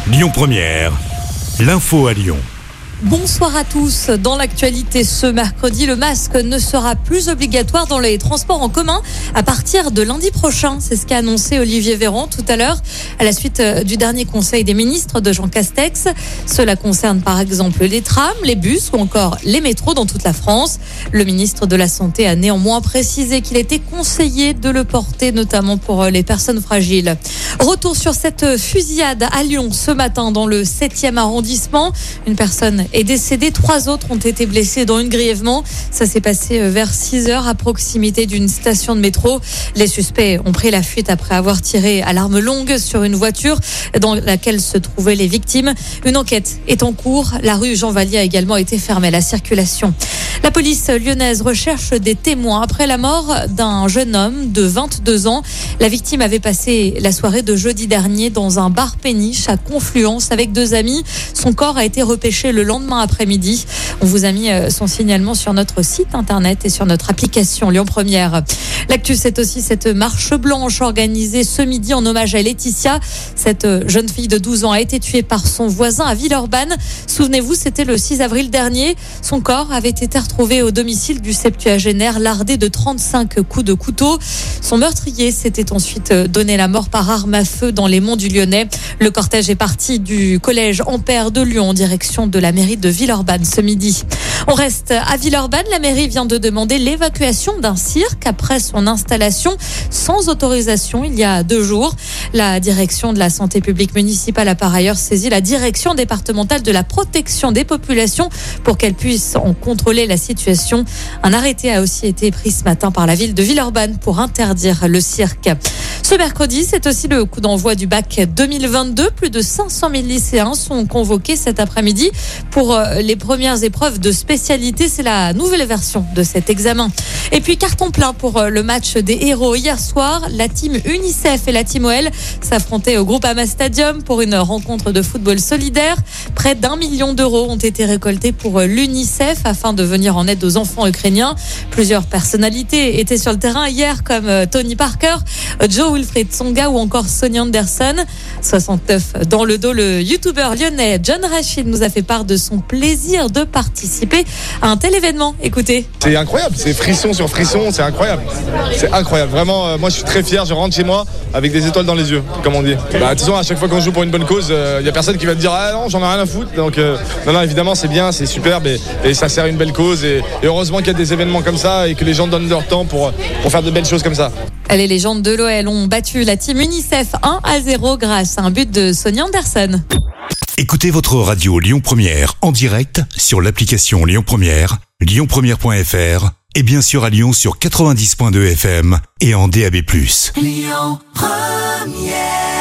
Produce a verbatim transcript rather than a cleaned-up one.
Lyon Première, l'info à Lyon. Bonsoir à tous. Dans l'actualité ce mercredi, le masque ne sera plus obligatoire dans les transports en commun à partir de lundi prochain. C'est ce qu'a annoncé Olivier Véran tout à l'heure à la suite du dernier conseil des ministres de Jean Castex. Cela concerne par exemple les trams, les bus ou encore les métros dans toute la France. Le ministre de la Santé a néanmoins précisé qu'il était conseillé de le porter, notamment pour les personnes fragiles. Retour sur cette fusillade à Lyon ce matin dans le septième arrondissement. Une personne est décédée, trois autres ont été blessés dont une grièvement. Ça s'est passé vers six heures à proximité d'une station de métro. Les suspects ont pris la fuite après avoir tiré à l'arme longue sur une voiture dans laquelle se trouvaient les victimes. Une enquête est en cours. La rue Jean Vallier a également été fermée à la circulation. La police lyonnaise recherche des témoins après la mort d'un jeune homme de vingt-deux ans. La victime avait passé la soirée de jeudi dernier dans un bar péniche à Confluence avec deux amis. Son corps a été repêché le lendemain après-midi. On vous a mis son signalement sur notre site internet et sur notre application Lyon Première. L'actu, c'est aussi cette marche blanche organisée ce midi en hommage à Laetitia. Cette jeune fille de douze ans a été tuée par son voisin à Villeurbanne. Souvenez-vous, c'était le six avril dernier. Son corps avait été retrouvé au domicile du septuagénaire lardé de trente-cinq coups de couteau. Son meurtrier s'était ensuite donné la mort par arme à feu dans les monts du Lyonnais. Le cortège est parti du collège Ampère de Lyon en direction de la mairie de Villeurbanne ce midi. On reste à Villeurbanne. La mairie vient de demander l'évacuation d'un cirque après son installation sans autorisation il y a deux jours. La direction de la santé publique municipale a par ailleurs saisi la direction départementale de la protection des populations pour qu'elle puisse en contrôler la situation. Un arrêté a aussi été pris ce matin par la ville de Villeurbanne pour interdire le cirque. Ce mercredi, c'est aussi le coup d'envoi du bac deux mille vingt-deux. Plus de cinq cent mille lycéens sont convoqués cet après-midi pour les premières épreuves de spécialité. C'est la nouvelle version de cet examen. Et puis, carton plein pour le match des héros. Hier soir, la team UNICEF et la team O L s'affrontaient au Groupama Stadium pour une rencontre de football solidaire. Près d'un million d'euros ont été récoltés pour l'UNICEF afin de venir en aide aux enfants ukrainiens. Plusieurs personnalités étaient sur le terrain hier comme Tony Parker, Joe Wilfried Tsonga ou encore Sonny Anderson. soixante-neuf dans le dos, le youtubeur lyonnais John Rachid nous a fait part de son plaisir de participer à un tel événement. Écoutez. C'est incroyable, c'est frisson sur frisson, c'est incroyable. C'est incroyable, vraiment, euh, moi je suis très fier, je rentre chez moi avec des étoiles dans les yeux, comme on dit. Bah, de toute façon, à chaque fois qu'on joue pour une bonne cause, il euh, n'y a personne qui va te dire « Ah non, j'en ai rien à foutre ». Donc euh, non, non, évidemment, c'est bien, c'est superbe et, et ça sert à une belle cause. Et, et heureusement qu'il y a des événements comme ça et que les gens donnent leur temps pour, pour faire de belles choses comme ça. Les légendes de l'O L ont battu la team UNICEF un à zéro grâce à un but de Sonny Anderson. Écoutez votre radio Lyon Première en direct sur l'application Lyon Première, lyon première point f r et bien sûr à Lyon sur quatre-vingt-dix point deux F M et en D A B plus. Lyon Première.